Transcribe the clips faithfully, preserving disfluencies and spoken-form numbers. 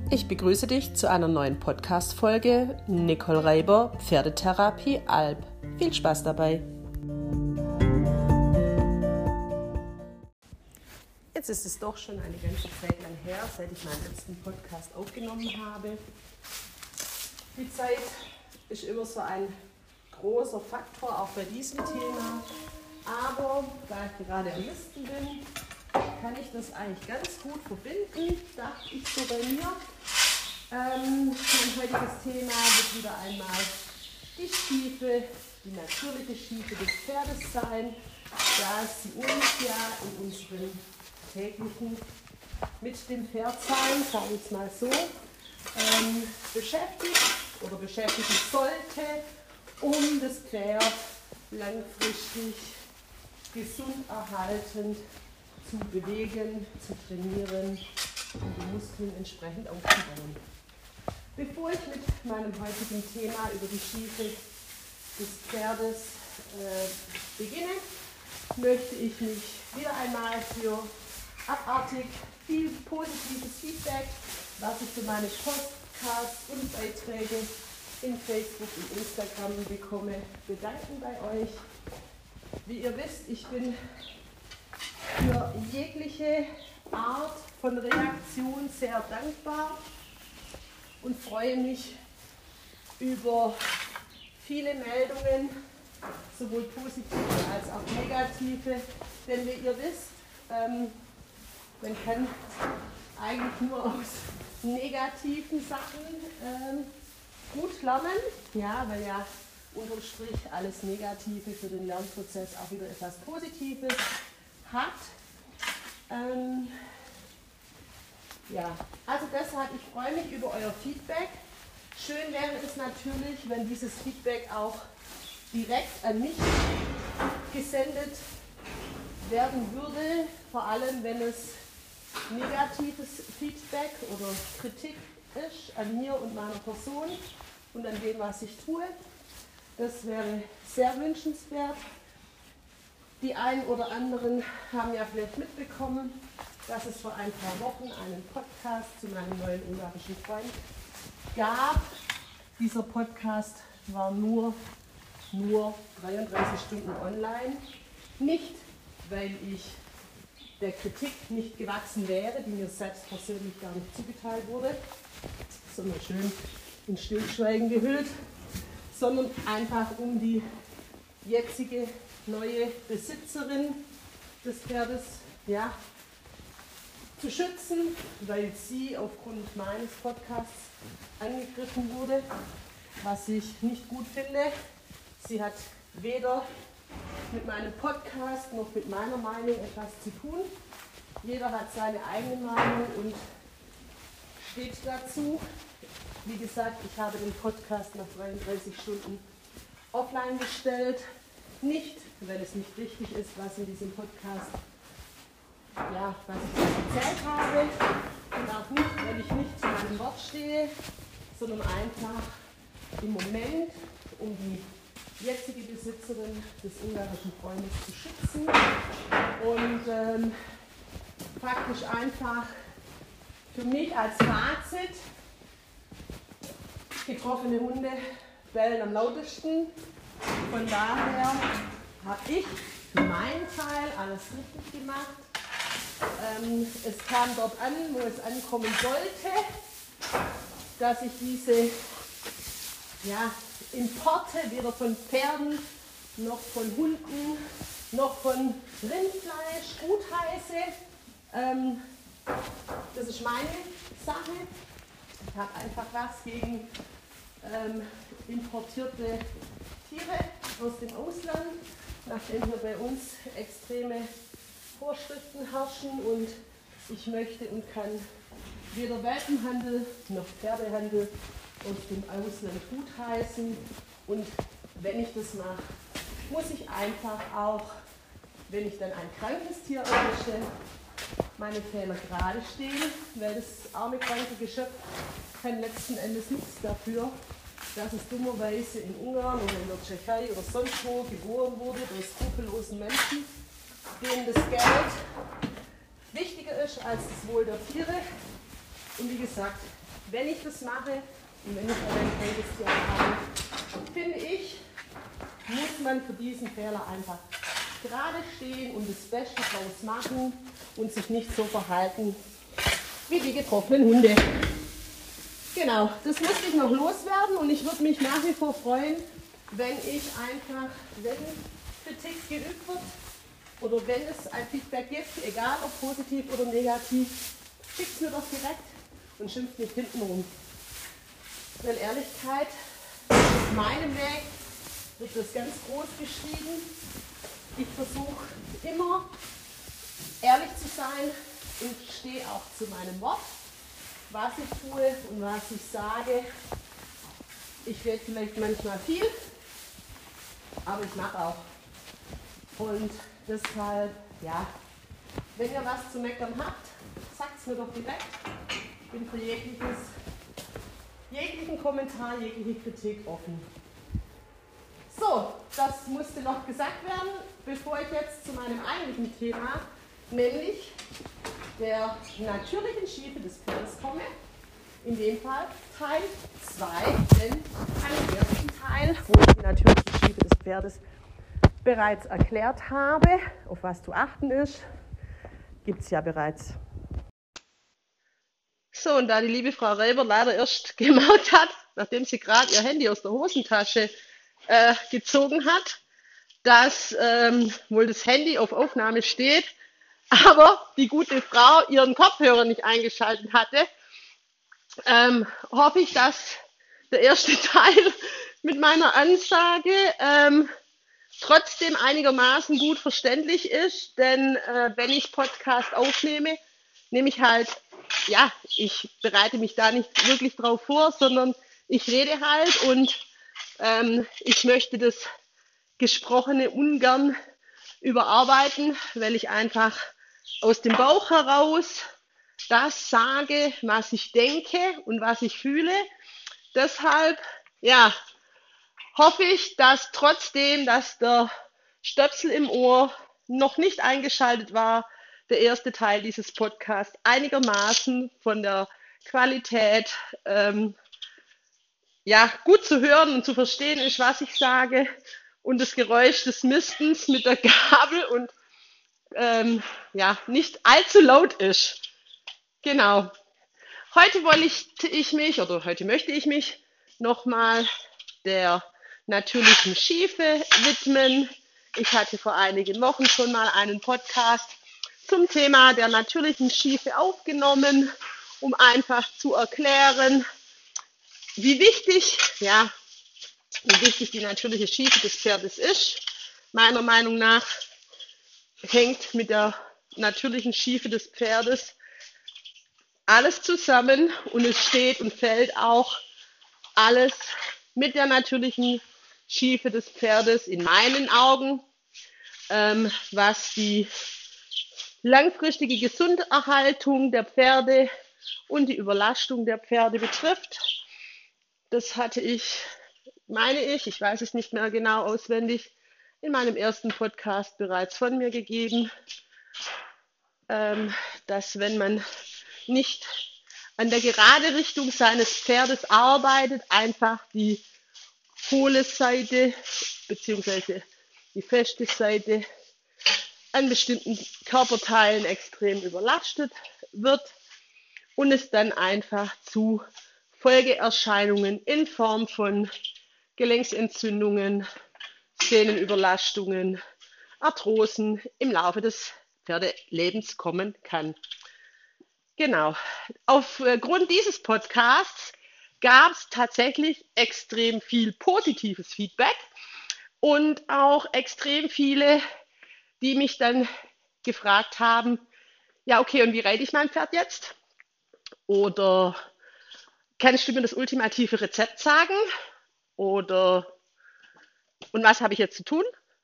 Ich begrüße dich zu einer neuen Podcast-Folge Nicole Reiber, Pferdetherapie Alp. Viel Spaß dabei! Jetzt ist es doch schon eine ganze Zeit lang her, seit ich meinen letzten Podcast aufgenommen habe. Die Zeit ist immer so ein großer Faktor, auch bei diesem Thema. Aber da ich gerade am Listen bin, kann ich das eigentlich ganz gut verbinden, dachte ich so bei mir. Ähm, mein heutiges Thema wird wieder einmal die Schiefe, die natürliche Schiefe des Pferdes sein, da sie uns ja in unserem täglichen mit dem Pferdsein, sage ich es mal so, ähm, beschäftigt oder beschäftigen sollte, um das Pferd langfristig gesund erhaltend zu bewegen, zu trainieren und die Muskeln entsprechend aufzubauen. Bevor ich mit meinem heutigen Thema über die Schiefe des Pferdes äh, beginne, möchte ich mich wieder einmal für abartig viel positives Feedback, was ich für meine Podcasts und Beiträge in Facebook und Instagram bekomme, bedanken bei euch. Wie ihr wisst, ich bin für jegliche Art von Reaktion sehr dankbar und freue mich über viele Meldungen, sowohl positive als auch negative. Denn wie ihr wisst, ähm, man kann eigentlich nur aus negativen Sachen ähm, gut lernen, ja, weil ja unterm Strich alles Negative für den Lernprozess auch wieder etwas Positives hat. Ähm, ja, also deshalb, ich freue mich über euer Feedback. Schön wäre es natürlich, wenn dieses Feedback auch direkt an mich gesendet werden würde, vor allem wenn es negatives Feedback oder Kritik ist an mir und meiner Person und an dem, was ich tue. Das wäre sehr wünschenswert. Die einen oder anderen haben ja vielleicht mitbekommen, dass es vor ein paar Wochen einen Podcast zu meinem neuen ungarischen Freund gab. Dieser Podcast war nur, nur dreiunddreißig Stunden online. Nicht, weil ich der Kritik nicht gewachsen wäre, die mir selbst persönlich gar nicht zugeteilt wurde, sondern schön in Stillschweigen gehüllt, sondern einfach um die jetzige neue Besitzerin des Pferdes ja, zu schützen, weil sie aufgrund meines Podcasts angegriffen wurde, was ich nicht gut finde. Sie hat weder mit meinem Podcast noch mit meiner Meinung etwas zu tun. Jeder hat seine eigene Meinung und steht dazu. Wie gesagt, ich habe den Podcast nach dreiunddreißig Stunden offline gestellt. Nicht, weil es nicht richtig ist, was in diesem Podcast, ja, was ich erzählt habe. Und auch nicht, weil ich nicht zu meinem Wort stehe, sondern einfach im Moment, um die jetzige Besitzerin des ungarischen Freundes zu schützen. Und ähm, praktisch einfach für mich als Fazit: getroffene Hunde bellen am lautesten. Von daher habe ich für meinen Teil alles richtig gemacht. Ähm, es kam dort an, wo es ankommen sollte, dass ich diese ja, Importe weder von Pferden noch von Hunden noch von Rindfleisch gutheiße. Ähm, das ist meine Sache. Ich habe einfach was gegen ähm, importierte Tiere aus dem Ausland, nachdem hier bei uns extreme Vorschriften herrschen und ich möchte und kann weder Welpenhandel noch Pferdehandel aus dem Ausland gutheißen. Und wenn ich das mache, muss ich einfach auch, wenn ich dann ein krankes Tier erwische, meine Fehler gerade stehen, weil das arme kranke Geschöpf kann letzten Endes nichts dafür, dass es dummerweise in Ungarn oder in der Tschechei oder sonst wo geboren wurde durch skrupellosen Menschen, denen das Geld wichtiger ist als das Wohl der Tiere. Und wie gesagt, wenn ich das mache und wenn ich ein Kältestier habe, finde ich, muss man für diesen Fehler einfach gerade stehen und das Beste draus machen und sich nicht so verhalten wie die getroffenen Hunde. Genau, das musste ich noch loswerden und ich würde mich nach wie vor freuen, wenn ich einfach, wenn Kritik geübt wird oder wenn es ein Feedback gibt, egal ob positiv oder negativ, schickt es mir doch direkt und schimpft nicht hinten rum. Weil Ehrlichkeit, auf meinem Weg wird das ganz groß geschrieben. Ich versuche immer ehrlich zu sein und stehe auch zu meinem Wort, was ich tue und was ich sage. Ich rede vielleicht manchmal viel, aber ich mache auch. Und deshalb, ja, wenn ihr was zu meckern habt, sagt es mir doch direkt. Ich bin für jegliches, jeglichen Kommentar, jegliche Kritik offen. So, das musste noch gesagt werden, bevor ich jetzt zu meinem eigentlichen Thema, nämlich der natürlichen Schiefe des Pferdes komme. In dem Fall Teil zwei, denn im ersten Teil, wo ich die natürliche Schiefe des Pferdes bereits erklärt habe, auf was zu achten ist, gibt es ja bereits. So, und da die liebe Frau Reiber leider erst gemacht hat, nachdem sie gerade ihr Handy aus der Hosentasche äh, gezogen hat, dass ähm, wohl das Handy auf Aufnahme steht, aber die gute Frau ihren Kopfhörer nicht eingeschaltet hatte, ähm, hoffe ich, dass der erste Teil mit meiner Ansage ähm, trotzdem einigermaßen gut verständlich ist, denn äh, wenn ich Podcast aufnehme, nehme ich halt, ja, ich bereite mich da nicht wirklich drauf vor, sondern ich rede halt und ähm, ich möchte das Gesprochene ungern überarbeiten, weil ich einfach aus dem Bauch heraus das sage, was ich denke und was ich fühle. Deshalb, ja, hoffe ich, dass trotzdem, dass der Stöpsel im Ohr noch nicht eingeschaltet war, der erste Teil dieses Podcasts einigermaßen von der Qualität ähm, ja, gut zu hören und zu verstehen ist, was ich sage. Und das Geräusch des Mistens mit der Gabel und ähm, ja, nicht allzu laut ist. Genau. Heute wollte ich, ich mich, oder heute möchte ich mich nochmal der natürlichen Schiefe widmen. Ich hatte vor einigen Wochen schon mal einen Podcast zum Thema der natürlichen Schiefe aufgenommen, um einfach zu erklären, wie wichtig, ja, wie wichtig die natürliche Schiefe des Pferdes ist. Meiner Meinung nach hängt mit der natürlichen Schiefe des Pferdes alles zusammen und es steht und fällt auch alles mit der natürlichen Schiefe des Pferdes in meinen Augen, ähm, was die langfristige Gesunderhaltung der Pferde und die Überlastung der Pferde betrifft. Das hatte ich, meine ich, ich weiß es nicht mehr genau auswendig, in meinem ersten Podcast bereits von mir gegeben, ähm, dass wenn man nicht an der gerade Richtung seines Pferdes arbeitet, einfach die hohle Seite bzw. die feste Seite an bestimmten Körperteilen extrem überlastet wird und es dann einfach zu Folgeerscheinungen in Form von Gelenksentzündungen, Sehnenüberlastungen, Arthrosen im Laufe des Pferdelebens kommen kann. Genau. Aufgrund dieses Podcasts gab es tatsächlich extrem viel positives Feedback und auch extrem viele, die mich dann gefragt haben, ja okay, und wie reite ich mein Pferd jetzt? Oder kannst du mir das ultimative Rezept sagen? Oder und was habe ich jetzt zu tun?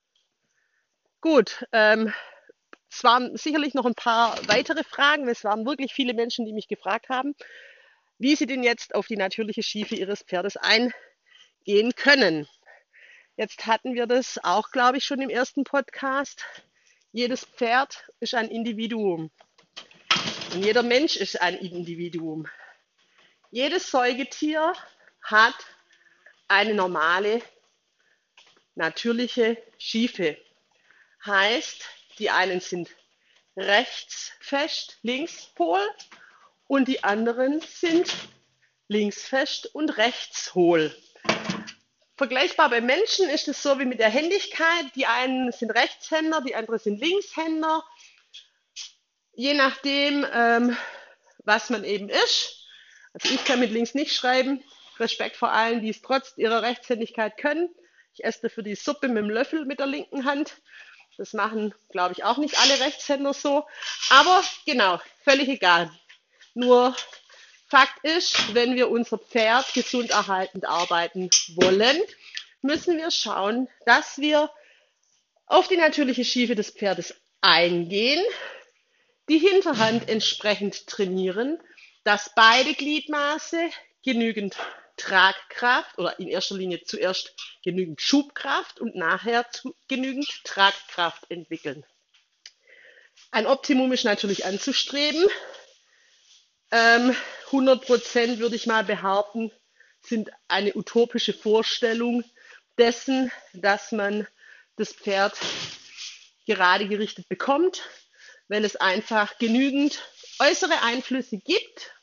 Gut, ähm, es waren sicherlich noch ein paar weitere Fragen. Es waren wirklich viele Menschen, die mich gefragt haben, wie sie denn jetzt auf die natürliche Schiefe ihres Pferdes eingehen können. Jetzt hatten wir das auch, glaube ich, schon im ersten Podcast. Jedes Pferd ist ein Individuum und jeder Mensch ist ein Individuum. Jedes Säugetier hat eine normale, natürliche Schiefe. Heißt, die einen sind rechts fest, links hohl und die anderen sind links fest und rechts hohl. Vergleichbar bei Menschen ist es so wie mit der Händigkeit. Die einen sind Rechtshänder, die anderen sind Linkshänder. Je nachdem, ähm, was man eben ist. Also ich kann mit links nicht schreiben. Respekt vor allen, die es trotz ihrer Rechtshändigkeit können. Ich esse dafür die Suppe mit dem Löffel mit der linken Hand. Das machen, glaube ich, auch nicht alle Rechtshänder so. Aber genau, völlig egal. Nur Fakt ist, wenn wir unser Pferd gesund erhaltend arbeiten wollen, müssen wir schauen, dass wir auf die natürliche Schiefe des Pferdes eingehen, die Hinterhand entsprechend trainieren, dass beide Gliedmaße genügend Tragkraft oder in erster Linie zuerst genügend Schubkraft und nachher zu, genügend Tragkraft entwickeln. Ein Optimum ist natürlich anzustreben. Ähm, hundert Prozent würde ich mal behaupten, sind eine utopische Vorstellung dessen, dass man das Pferd gerade gerichtet bekommt, weil es einfach genügend äußere Einflüsse gibt,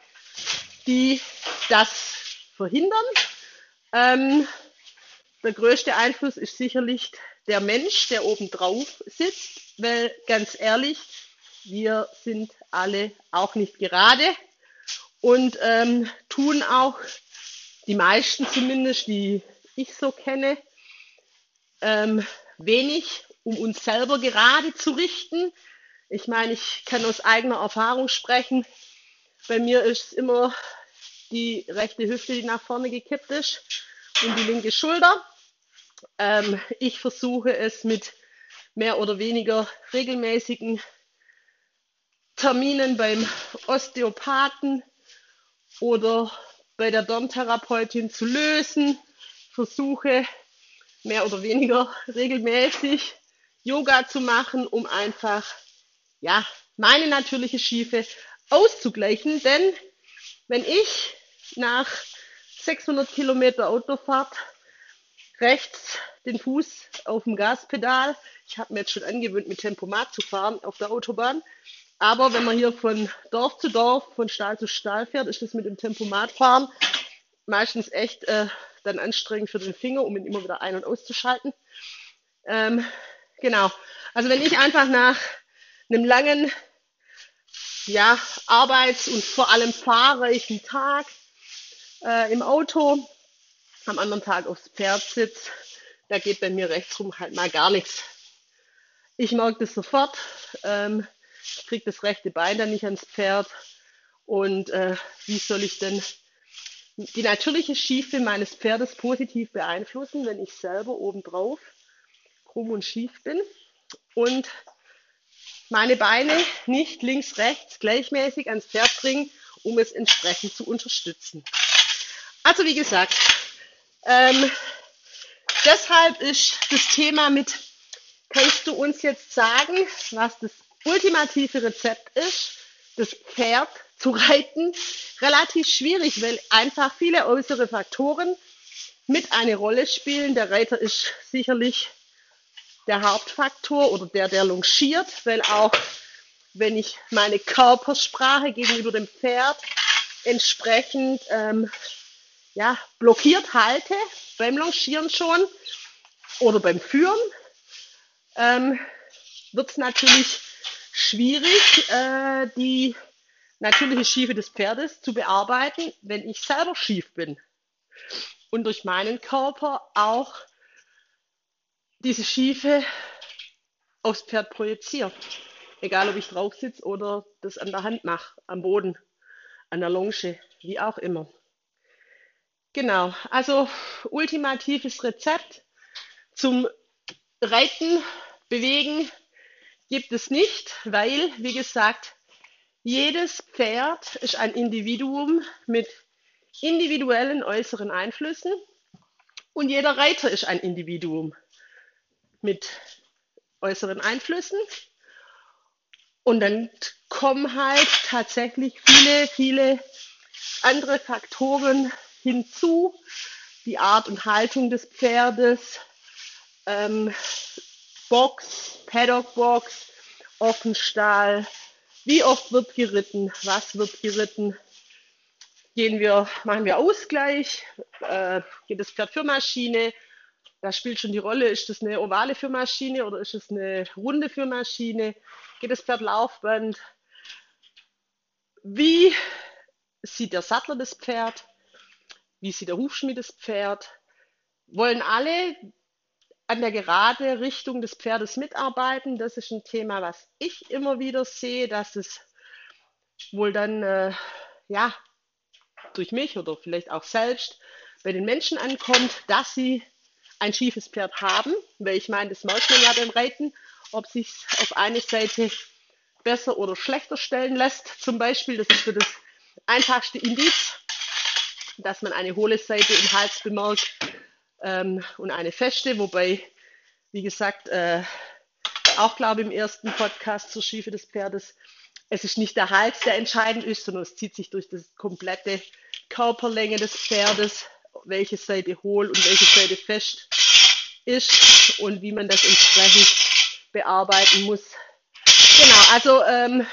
die das verhindern. Ähm, der größte Einfluss ist sicherlich der Mensch, der oben drauf sitzt, weil ganz ehrlich, wir sind alle auch nicht gerade und ähm, tun auch, die meisten zumindest, die ich so kenne, ähm, wenig, um uns selber gerade zu richten. Ich meine, ich kann aus eigener Erfahrung sprechen. Bei mir ist es immer die rechte Hüfte, die nach vorne gekippt ist und die linke Schulter. Ähm, ich versuche es mit mehr oder weniger regelmäßigen Terminen beim Osteopathen oder bei der Dorntherapeutin zu lösen. Versuche mehr oder weniger regelmäßig Yoga zu machen, um einfach ja, meine natürliche Schiefe auszugleichen. Denn wenn ich nach sechshundert Kilometer Autofahrt rechts den Fuß auf dem Gaspedal, ich habe mir jetzt schon angewöhnt, mit Tempomat zu fahren auf der Autobahn, aber wenn man hier von Dorf zu Dorf, von Stall zu Stall fährt, ist das mit dem Tempomatfahren meistens echt äh, dann anstrengend für den Finger, um ihn immer wieder ein- und auszuschalten. Ähm, genau, also wenn ich einfach nach einem langen ja, Arbeits- und vor allem fahrreichen Tag äh, im Auto, am anderen Tag aufs Pferd sitze, da geht bei mir rechtsrum halt mal gar nichts. Ich merke das sofort. Ähm, ich kriege das rechte Bein dann nicht ans Pferd. Und äh, wie soll ich denn die natürliche Schiefe meines Pferdes positiv beeinflussen, wenn ich selber obendrauf krumm und schief bin und meine Beine nicht links, rechts gleichmäßig ans Pferd bringen, um es entsprechend zu unterstützen. Also wie gesagt, ähm, deshalb ist das Thema mit, kannst du uns jetzt sagen, was das ultimative Rezept ist, das Pferd zu reiten, relativ schwierig, weil einfach viele äußere Faktoren mit eine Rolle spielen. Der Reiter ist sicherlich der Hauptfaktor oder der, der longiert, weil auch wenn ich meine Körpersprache gegenüber dem Pferd entsprechend ähm, ja, blockiert halte, beim Longieren schon oder beim Führen, ähm, wird es natürlich schwierig, äh, die natürliche Schiefe des Pferdes zu bearbeiten, wenn ich selber schief bin und durch meinen Körper auch diese Schiefe aufs Pferd projiziere. Egal, ob ich drauf sitze oder das an der Hand mache, am Boden, an der Longe, wie auch immer. Genau, also ultimatives Rezept zum Reiten, Bewegen gibt es nicht, weil, wie gesagt, jedes Pferd ist ein Individuum mit individuellen äußeren Einflüssen und jeder Reiter ist ein Individuum mit äußeren Einflüssen. Und dann kommen halt tatsächlich viele, viele andere Faktoren hinzu, die Art und Haltung des Pferdes, ähm, Box, Paddock-Box, Offenstall, wie oft wird geritten, was wird geritten, gehen wir, machen wir Ausgleich, äh, geht das Pferd für Maschine, da spielt schon die Rolle, ist das eine ovale Führmaschine oder ist es eine runde Führmaschine, geht das Pferd Laufband, wie sieht der Sattler das Pferd, wie sieht der Hufschmied das Pferd, wollen alle an der gerade Richtung des Pferdes mitarbeiten. Das ist ein Thema, was ich immer wieder sehe, dass es wohl dann äh, ja durch mich oder vielleicht auch selbst bei den Menschen ankommt, dass sie ein schiefes Pferd haben, weil ich meine, das merkt man ja beim Reiten, ob sich auf eine Seite besser oder schlechter stellen lässt. Zum Beispiel, das ist so das einfachste Indiz, dass man eine hohle Seite im Hals bemerkt ähm, und eine feste, wobei, wie gesagt, äh, auch glaube im ersten Podcast zur Schiefe des Pferdes, es ist nicht der Hals, der entscheidend ist, sondern es zieht sich durch die komplette Körperlänge des Pferdes, welche Seite hohl und welche Seite fest ist und wie man das entsprechend bearbeiten muss. Genau, also ähm,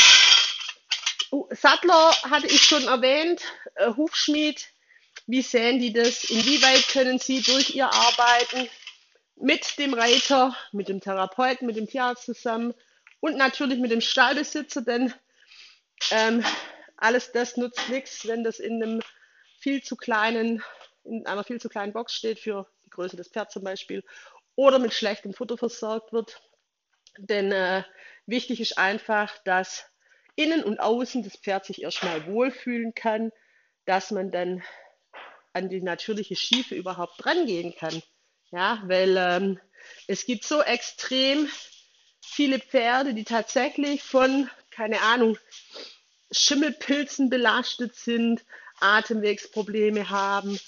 Sattler hatte ich schon erwähnt, äh, Hufschmied, wie sehen die das, inwieweit können sie durch ihr Arbeiten mit dem Reiter, mit dem Therapeuten, mit dem Tierarzt zusammen und natürlich mit dem Stallbesitzer, denn ähm, alles das nutzt nichts, wenn das in einem viel zu kleinen, in einer viel zu kleinen Box steht für die Größe des Pferds zum Beispiel oder mit schlechtem Futter versorgt wird. Denn äh, wichtig ist einfach, dass innen und außen das Pferd sich erstmal wohlfühlen kann, dass man dann an die natürliche Schiefe überhaupt drangehen kann. Ja, weil ähm, es gibt so extrem viele Pferde, die tatsächlich von, keine Ahnung, Schimmelpilzen belastet sind, Atemwegsprobleme haben.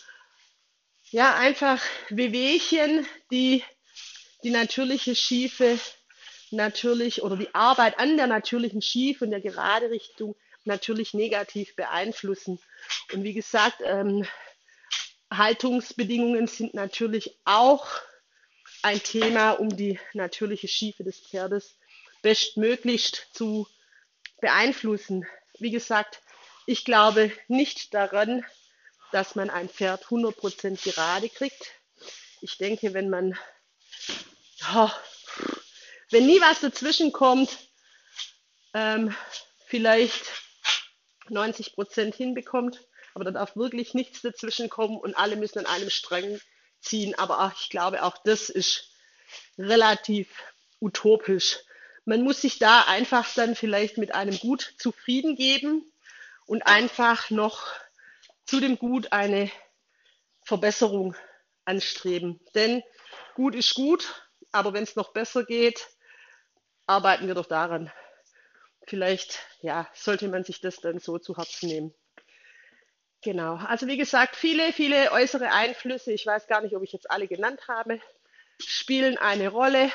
Ja, einfach Wehwehchen, die die natürliche Schiefe natürlich oder die Arbeit an der natürlichen Schiefe und der gerade Richtung natürlich negativ beeinflussen. Und wie gesagt, ähm, Haltungsbedingungen sind natürlich auch ein Thema, um die natürliche Schiefe des Pferdes bestmöglichst zu beeinflussen. Wie gesagt, ich glaube nicht daran, dass man ein Pferd hundert Prozent gerade kriegt. Ich denke, wenn man, oh, wenn nie was dazwischen kommt, ähm, vielleicht neunzig Prozent hinbekommt, aber da darf wirklich nichts dazwischen kommen und alle müssen an einem Strang ziehen. Aber ach, ich glaube, auch das ist relativ utopisch. Man muss sich da einfach dann vielleicht mit einem Gut zufrieden geben und einfach noch zu dem Gut eine Verbesserung anstreben. Denn gut ist gut, aber wenn es noch besser geht, arbeiten wir doch daran. Vielleicht ja, sollte man sich das dann so zu Herzen nehmen. Genau, also wie gesagt, viele, viele äußere Einflüsse, ich weiß gar nicht, ob ich jetzt alle genannt habe, spielen eine Rolle,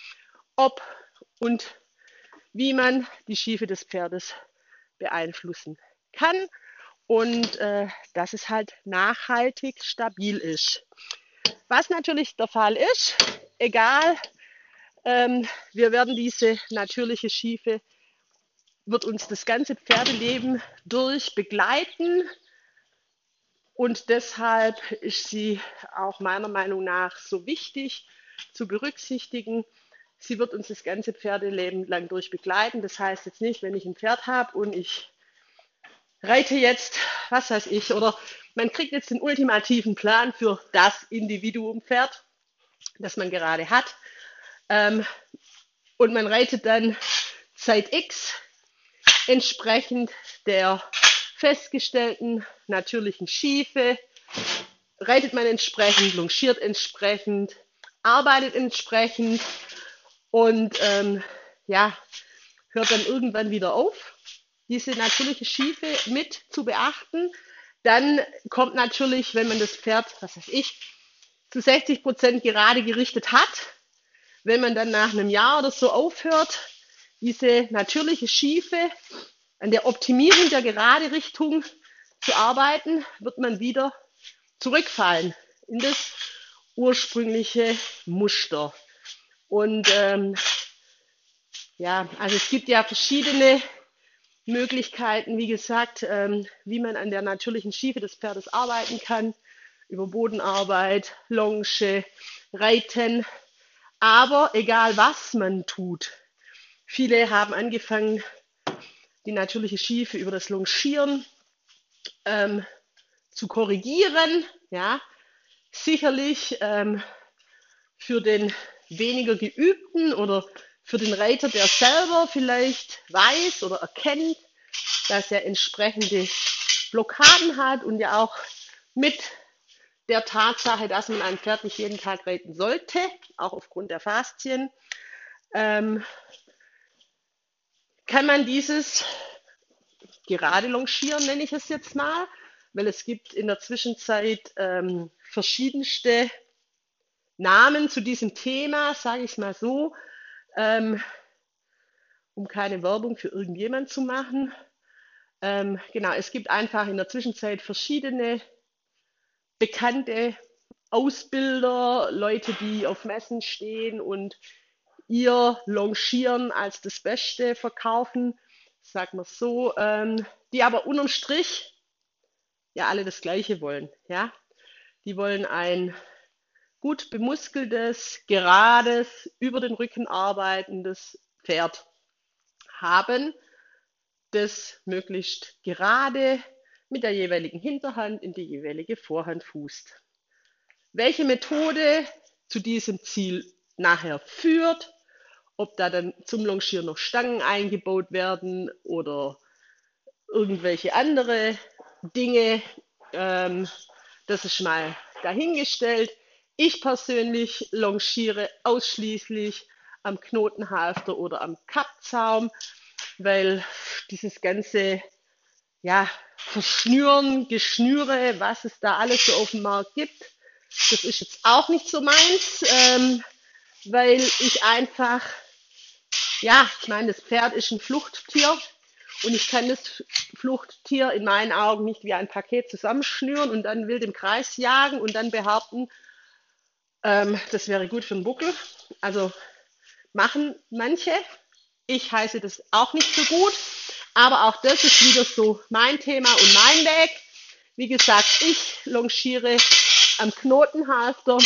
ob und wie man die Schiefe des Pferdes beeinflussen kann und äh, dass es halt nachhaltig stabil ist. Was natürlich der Fall ist, egal, ähm, wir werden diese natürliche Schiefe, wird uns das ganze Pferdeleben durch begleiten. Und deshalb ist sie auch meiner Meinung nach so wichtig zu berücksichtigen. Sie wird uns das ganze Pferdeleben lang durch begleiten. Das heißt jetzt nicht, wenn ich ein Pferd habe und ich reite jetzt, was weiß ich, oder man kriegt jetzt den ultimativen Plan für das Individuum Pferd, das man gerade hat. Ähm, und man reitet dann Zeit X entsprechend der festgestellten natürlichen Schiefe, reitet man entsprechend, longiert entsprechend, arbeitet entsprechend und ähm, ja, hört dann irgendwann wieder auf, diese natürliche Schiefe mit zu beachten. Dann kommt natürlich, wenn man das Pferd, was weiß ich, zu sechzig Prozent gerade gerichtet hat, wenn man dann nach einem Jahr oder so aufhört, diese natürliche Schiefe an der Optimierung der gerade Richtung zu arbeiten, wird man wieder zurückfallen in das ursprüngliche Muster. Und ähm, ja, also es gibt ja verschiedene Möglichkeiten, wie gesagt, ähm, wie man an der natürlichen Schiefe des Pferdes arbeiten kann, über Bodenarbeit, Longe, Reiten. Aber egal was man tut, viele haben angefangen, die natürliche Schiefe über das Longieren ähm, zu korrigieren. Ja, sicherlich ähm, für den weniger geübten oder für den Reiter, der selber vielleicht weiß oder erkennt, dass er entsprechende Blockaden hat und ja auch mit der Tatsache, dass man ein Pferd nicht jeden Tag reiten sollte, auch aufgrund der Faszien, ähm, kann man dieses gerade Longieren, nenne ich es jetzt mal, weil es gibt in der Zwischenzeit ähm, verschiedenste Namen zu diesem Thema, sage ich es mal so, ähm, um keine Werbung für irgendjemand zu machen. Ähm, genau, es gibt einfach in der Zwischenzeit verschiedene bekannte Ausbilder, Leute, die auf Messen stehen und ihr Longieren als das Beste verkaufen, sagen wir es so, ähm, die aber unterm Strich ja alle das Gleiche wollen. Ja? Die wollen ein gut bemuskeltes, gerades, über den Rücken arbeitendes Pferd haben, das möglichst gerade mit der jeweiligen Hinterhand in die jeweilige Vorhand fußt. Welche Methode zu diesem Ziel nachher führt, ob da dann zum Longieren noch Stangen eingebaut werden oder irgendwelche andere Dinge, ähm, das ist mal dahingestellt. Ich persönlich longiere ausschließlich am Knotenhalfter oder am Kappzaum, weil dieses ganze ja, Verschnüren, Geschnüre, was es da alles so auf dem Markt gibt, das ist jetzt auch nicht so meins, ähm, weil ich einfach, ja, ich meine, das Pferd ist ein Fluchttier und ich kann das Fluchttier in meinen Augen nicht wie ein Paket zusammenschnüren und dann wild im Kreis jagen und dann behaupten, ähm, das wäre gut für den Buckel. Also machen manche. Ich heiße das auch nicht so gut, aber auch das ist wieder so mein Thema und mein Weg. Wie gesagt, ich longiere am Knotenhalfter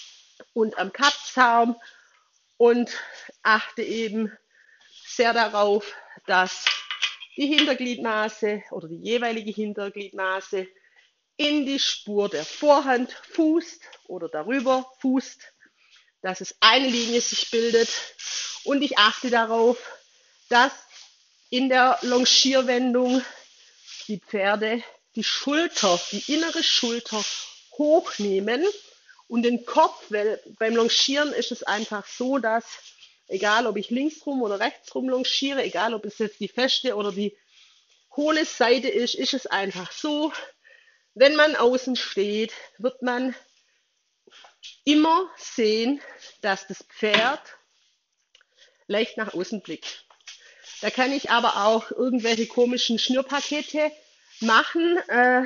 und am Kappzaum und achte eben sehr darauf, dass die Hintergliedmaße oder die jeweilige Hintergliedmaße in die Spur der Vorhand fußt oder darüber fußt, dass es eine Linie sich bildet. Und ich achte darauf, dass in der Longierwendung die Pferde die Schulter, die innere Schulter hochnehmen und den Kopf, weil beim Longieren ist es einfach so, dass egal ob ich linksrum oder rechtsrum longiere, egal ob es jetzt die feste oder die hohle Seite ist, ist es einfach so, wenn man außen steht, wird man immer sehen, dass das Pferd leicht nach außen blickt. Da kann ich aber auch irgendwelche komischen Schnürpakete machen. Äh,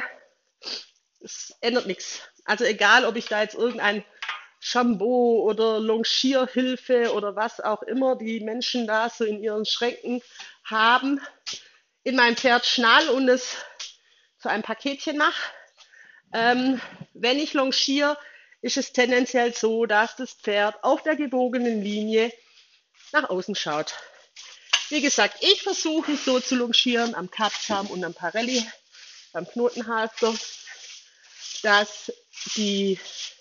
es ändert nichts. Also egal, ob ich da jetzt irgendein Jambot oder Longierhilfe oder was auch immer die Menschen da so in ihren Schränken haben, in mein Pferd schnall und es zu einem Paketchen mache. Ähm, wenn ich longiere, ist es tendenziell so, dass das Pferd auf der gebogenen Linie nach außen schaut. Wie gesagt, ich versuche so zu longieren am Kappzaum und am Parelli, beim Knotenhalfter, dass die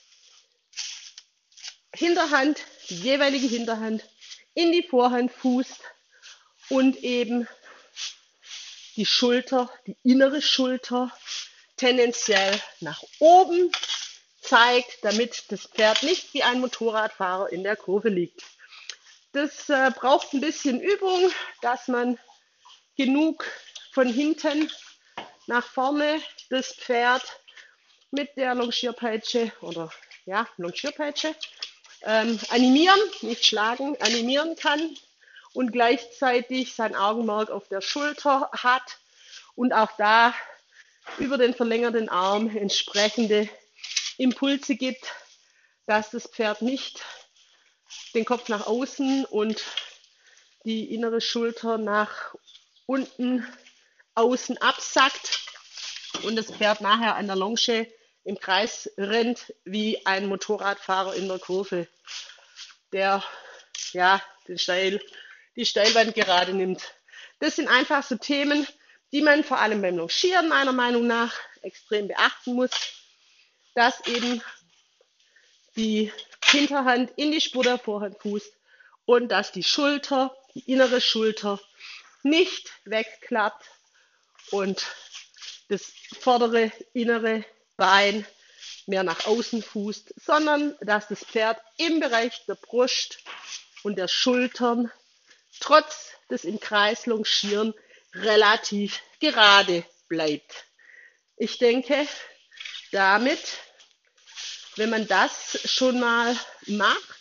Hinterhand, die jeweilige Hinterhand in die Vorhand fußt und eben die Schulter, die innere Schulter tendenziell nach oben zeigt, damit das Pferd nicht wie ein Motorradfahrer in der Kurve liegt. Das äh, braucht ein bisschen Übung, dass man genug von hinten nach vorne das Pferd mit der Longierpeitsche oder ja, Longierpeitsche ähm, animieren, nicht schlagen, animieren kann und gleichzeitig sein Augenmerk auf der Schulter hat und auch da über den verlängerten Arm entsprechende Impulse gibt, dass das Pferd nicht den Kopf nach außen und die innere Schulter nach unten außen absackt und das Pferd nachher an der Longe im Kreis rennt wie ein Motorradfahrer in der Kurve, der ja den Steil, die Steilwand gerade nimmt. Das sind einfach so Themen, die man vor allem beim Longieren meiner Meinung nach extrem beachten muss, dass eben die Hinterhand in die Spur der Vorhand fußt und dass die Schulter, die innere Schulter nicht wegklappt und das vordere innere Bein mehr nach außen fußt, sondern dass das Pferd im Bereich der Brust und der Schultern trotz des im Kreis Longieren relativ gerade bleibt. Ich denke, damit, wenn man das schon mal macht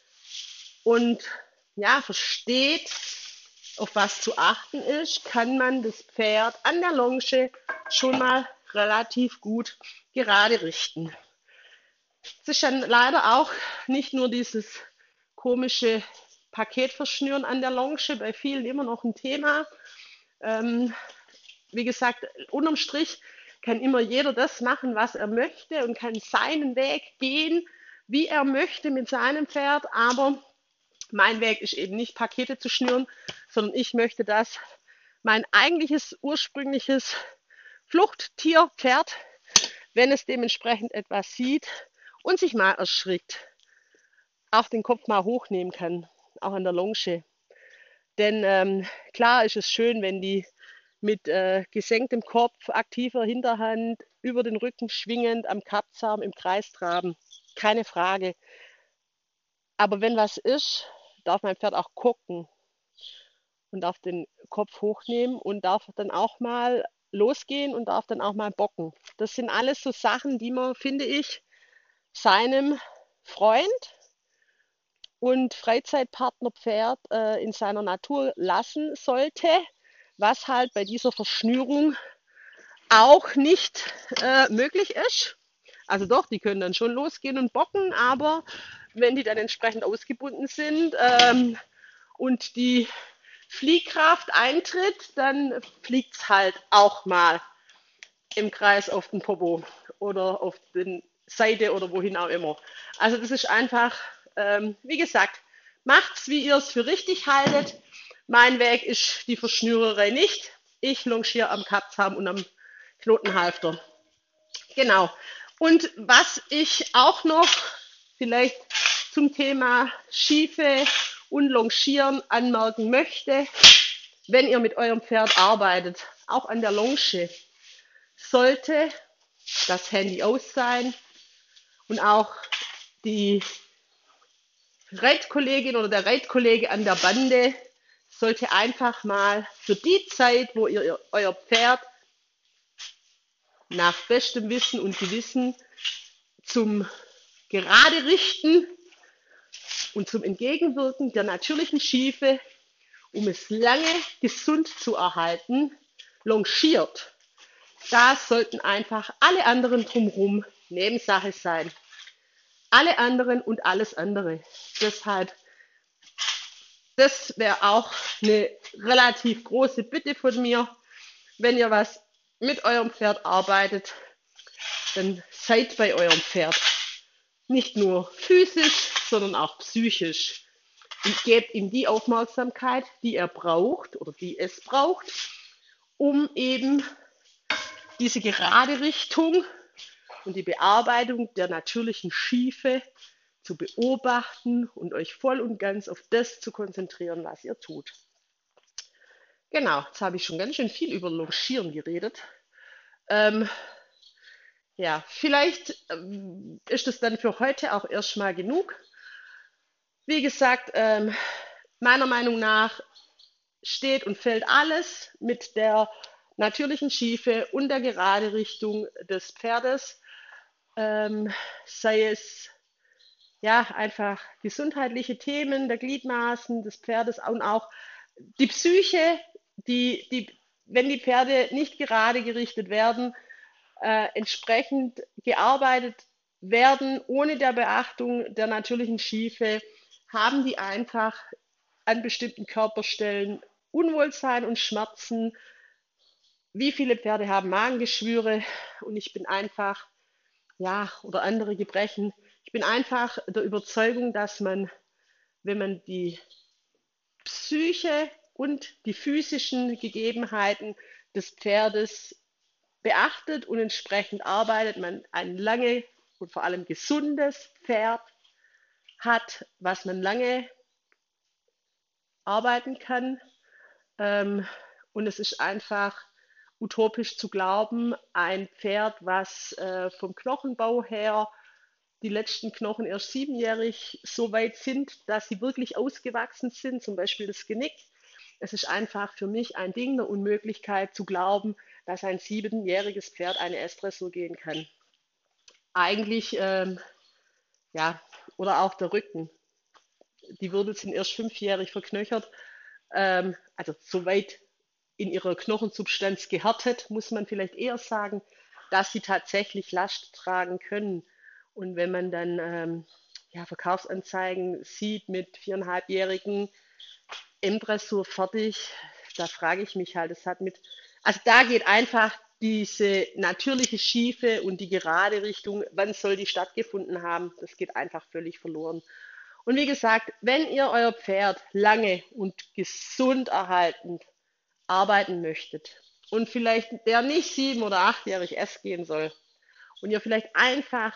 und ja, versteht, auf was zu achten ist, kann man das Pferd an der Longe schon mal relativ gut gerade richten. Es ist dann leider auch nicht nur dieses komische Paketverschnüren an der Longe, bei vielen immer noch ein Thema. Ähm, wie gesagt, unterm Strich kann immer jeder das machen, was er möchte und kann seinen Weg gehen, wie er möchte mit seinem Pferd, aber mein Weg ist eben nicht Pakete zu schnüren, sondern ich möchte, dass mein eigentliches ursprüngliches Fluchttierpferd, wenn es dementsprechend etwas sieht und sich mal erschrickt, auch den Kopf mal hochnehmen kann, auch an der Longe. Denn ähm, klar ist es schön, wenn die mit äh, gesenktem Kopf, aktiver Hinterhand, über den Rücken schwingend, am Kappzaum im Kreis traben. Keine Frage. Aber wenn was ist, darf mein Pferd auch gucken und darf den Kopf hochnehmen und darf dann auch mal losgehen und darf dann auch mal bocken. Das sind alles so Sachen, die man, finde ich, seinem Freund und Freizeitpartner Pferd äh, in seiner Natur lassen sollte, was halt bei dieser Verschnürung auch nicht äh, möglich ist. Also doch, die können dann schon losgehen und bocken, aber wenn die dann entsprechend ausgebunden sind ähm, und die Fliehkraft eintritt, dann fliegt es halt auch mal im Kreis auf den Popo oder auf die Seite oder wohin auch immer. Also das ist einfach, ähm, wie gesagt, macht's, wie ihr es für richtig haltet. Mein Weg ist die Verschnürerei nicht. Ich longiere am Kappzaum und am Knotenhalfter. Genau. Und was ich auch noch vielleicht zum Thema Schiefe und Longieren anmerken möchte, wenn ihr mit eurem Pferd arbeitet, auch an der Longe, sollte das Handy aus sein und auch die Reitkollegin oder der Reitkollege an der Bande sollte einfach mal für die Zeit, wo ihr euer Pferd nach bestem Wissen und Gewissen zum Gerade richten und zum Entgegenwirken der natürlichen Schiefe, um es lange gesund zu erhalten, longiert. Da sollten einfach alle anderen drumherum Nebensache sein. Alle anderen und alles andere. Deshalb, das wäre auch eine relativ große Bitte von mir, wenn ihr was mit eurem Pferd arbeitet, dann seid bei eurem Pferd. Nicht nur physisch, sondern auch psychisch. Und gebt ihm die Aufmerksamkeit, die er braucht oder die es braucht, um eben diese gerade Richtung und die Bearbeitung der natürlichen Schiefe zu beobachten und euch voll und ganz auf das zu konzentrieren, was ihr tut. Genau, jetzt habe ich schon ganz schön viel über Longieren geredet. Ähm, ja, vielleicht ähm, ist es dann für heute auch erstmal genug. Wie gesagt, ähm, meiner Meinung nach steht und fällt alles mit der natürlichen Schiefe und der gerade Richtung des Pferdes. Ähm, sei es ja einfach gesundheitliche Themen der Gliedmaßen des Pferdes und auch die Psyche, die, die, wenn die Pferde nicht gerade gerichtet werden, äh, entsprechend gearbeitet werden, ohne der Beachtung der natürlichen Schiefe, haben die einfach an bestimmten Körperstellen Unwohlsein und Schmerzen. Wie viele Pferde haben Magengeschwüre? Und ich bin einfach, ja, oder andere Gebrechen. Ich bin einfach der Überzeugung, dass man, wenn man die Psyche und die physischen Gegebenheiten des Pferdes beachtet und entsprechend arbeitet, man ein lange und vor allem gesundes Pferd hat, was man lange arbeiten kann. Ähm, und es ist einfach utopisch zu glauben, ein Pferd, was äh, vom Knochenbau her die letzten Knochen erst siebenjährig so weit sind, dass sie wirklich ausgewachsen sind, zum Beispiel das Genick. Es ist einfach für mich ein Ding der Unmöglichkeit zu glauben, dass ein siebenjähriges Pferd eine S-Dressur gehen kann. Eigentlich, ähm, ja, oder auch der Rücken. Die Wirbel sind erst fünfjährig verknöchert, ähm, also so weit in ihrer Knochensubstanz gehärtet, muss man vielleicht eher sagen, dass sie tatsächlich Last tragen können. Und wenn man dann ähm, ja, Verkaufsanzeigen sieht mit viereinhalbjährigen M-Dressur fertig, da frage ich mich halt, es hat mit, also da geht einfach diese natürliche Schiefe und die gerade Richtung, wann soll die stattgefunden haben, das geht einfach völlig verloren. Und wie gesagt, wenn ihr euer Pferd lange und gesund erhaltend arbeiten möchtet und vielleicht der nicht sieben- oder achtjährig S gehen soll und ihr vielleicht einfach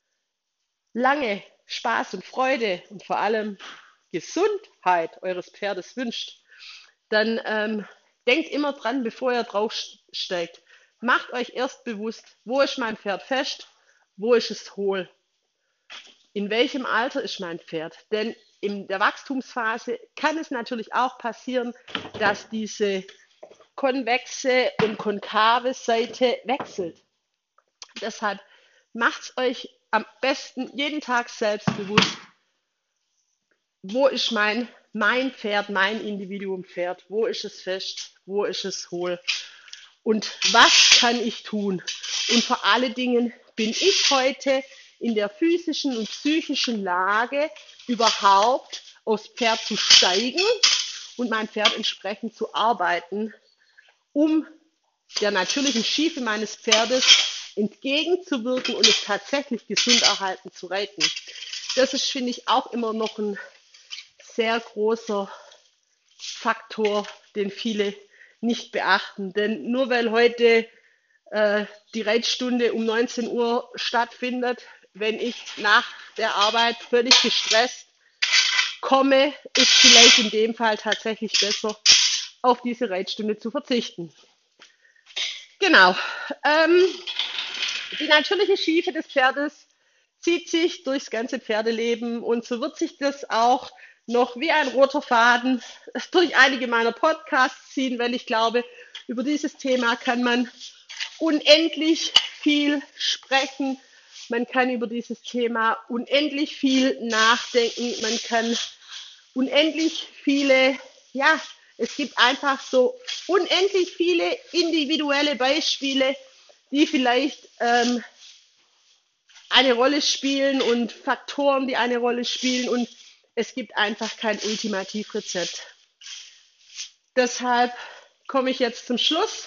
lange Spaß und Freude und vor allem Gesundheit eures Pferdes wünscht, dann ähm, denkt immer dran, bevor ihr draufsteigt. Macht euch erst bewusst, wo ist mein Pferd fest, wo ist es hohl, in welchem Alter ist mein Pferd. Denn in der Wachstumsphase kann es natürlich auch passieren, dass diese konvexe und konkave Seite wechselt. Deshalb macht es euch am besten jeden Tag selbst bewusst, wo ist mein, mein Pferd, mein Individuum Pferd, wo ist es fest, wo ist es hohl und was kann ich tun. Und vor allen Dingen bin ich heute in der physischen und psychischen Lage, überhaupt aufs Pferd zu steigen und mein Pferd entsprechend zu arbeiten, um der natürlichen Schiefe meines Pferdes entgegenzuwirken und es tatsächlich gesund erhalten zu reiten. Das ist, finde ich, auch immer noch ein sehr großer Faktor, den viele nicht beachten. Denn nur weil heute äh, die Reitstunde um neunzehn Uhr stattfindet, wenn ich nach der Arbeit völlig gestresst komme, ist vielleicht in dem Fall tatsächlich besser, auf diese Reitstunde zu verzichten. Genau. Ähm, die natürliche Schiefe des Pferdes zieht sich durchs ganze Pferdeleben und so wird sich das auch noch wie ein roter Faden durch einige meiner Podcasts ziehen, weil ich glaube, über dieses Thema kann man unendlich viel sprechen. Man kann über dieses Thema unendlich viel nachdenken. Man kann unendlich viele, ja, es gibt einfach so unendlich viele individuelle Beispiele, die vielleicht ähm, eine Rolle spielen und Faktoren, die eine Rolle spielen und es gibt einfach kein Ultimativrezept. Deshalb komme ich jetzt zum Schluss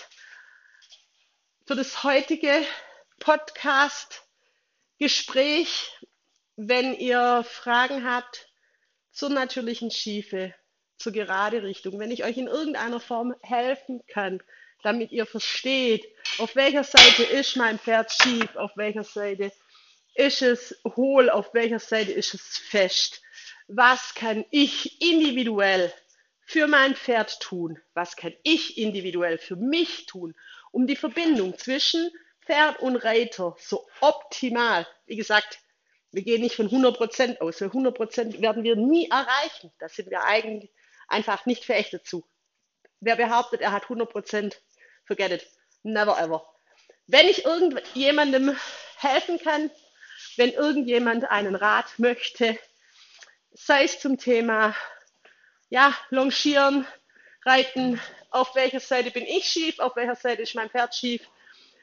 für das heutige Podcast-Gespräch. Wenn ihr Fragen habt zur natürlichen Schiefe, zur gerade Richtung, wenn ich euch in irgendeiner Form helfen kann, damit ihr versteht, auf welcher Seite ist mein Pferd schief, auf welcher Seite ist es hohl, auf welcher Seite ist es fest, was kann ich individuell für mein Pferd tun, was kann ich individuell für mich tun, um die Verbindung zwischen Pferd und Reiter so optimal, wie gesagt, wir gehen nicht von hundert Prozent aus, weil hundert Prozent werden wir nie erreichen, da sind wir eigentlich einfach nicht fähig dazu. Wer behauptet, er hat hundert Prozent, forget it, never ever. Wenn ich irgendjemandem helfen kann, wenn irgendjemand einen Rat möchte, sei es zum Thema ja, Longieren, Reiten, auf welcher Seite bin ich schief, auf welcher Seite ist mein Pferd schief,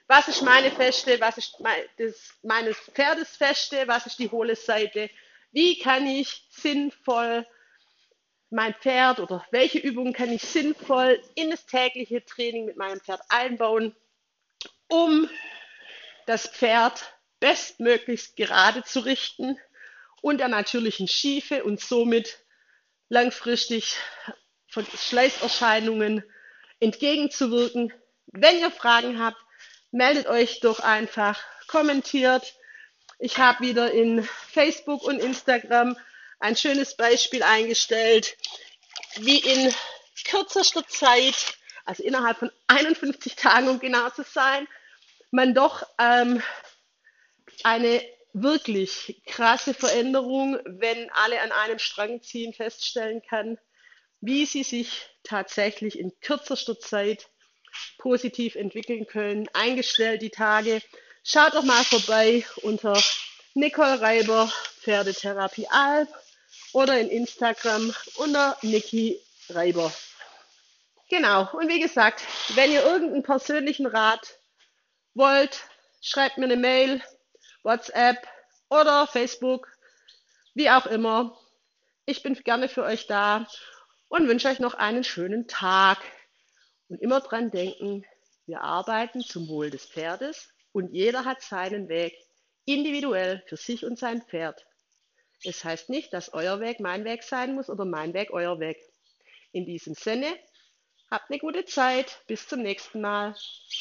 Was ist meine Feste, was ist mein, das, meines Pferdes Feste, was ist die hohle Seite? Wie kann ich sinnvoll mein Pferd oder welche Übungen kann ich sinnvoll in das tägliche Training mit meinem Pferd einbauen, um das Pferd bestmöglichst gerade zu richten und der natürlichen Schiefe und somit langfristig von Schleißerscheinungen entgegenzuwirken. Wenn ihr Fragen habt, meldet euch doch einfach, kommentiert. Ich habe wieder in Facebook und Instagram ein schönes Beispiel eingestellt, wie in kürzester Zeit, also innerhalb von einundfünfzig Tagen, um genau zu sein, man doch ähm, eine wirklich krasse Veränderung, wenn alle an einem Strang ziehen, feststellen kann, wie sie sich tatsächlich in kürzester Zeit positiv entwickeln können. Eingestellt die Tage. Schaut doch mal vorbei unter Nicole Reiber Pferdetherapie Alp oder in Instagram unter Niki Reiber. Genau, und wie gesagt, wenn ihr irgendeinen persönlichen Rat wollt, schreibt mir eine Mail, WhatsApp oder Facebook, wie auch immer. Ich bin gerne für euch da und wünsche euch noch einen schönen Tag. Und immer dran denken, wir arbeiten zum Wohl des Pferdes und jeder hat seinen Weg, individuell für sich und sein Pferd. Es heißt nicht, dass euer Weg mein Weg sein muss oder mein Weg euer Weg. In diesem Sinne, habt eine gute Zeit. Bis zum nächsten Mal.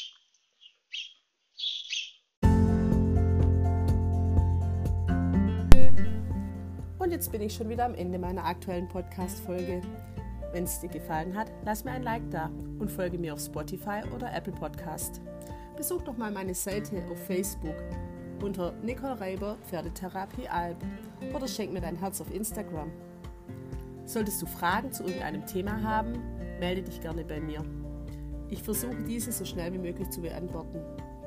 Und jetzt bin ich schon wieder am Ende meiner aktuellen Podcast-Folge. Wenn es dir gefallen hat, lass mir ein Like da und folge mir auf Spotify oder Apple Podcast. Besuch doch mal meine Seite auf Facebook unter Nicole Reiber Pferdetherapie Alp oder schenk mir dein Herz auf Instagram. Solltest du Fragen zu irgendeinem Thema haben, melde dich gerne bei mir. Ich versuche diese so schnell wie möglich zu beantworten.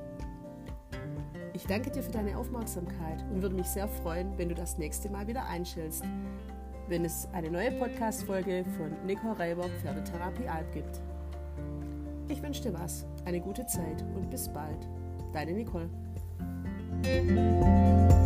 Ich danke dir für deine Aufmerksamkeit und würde mich sehr freuen, wenn du das nächste Mal wieder einschaltest, wenn es eine neue Podcast-Folge von Nicole Reiber Pferdetherapie Alp gibt. Ich wünsche dir was, eine gute Zeit und bis bald. Deine Nicole.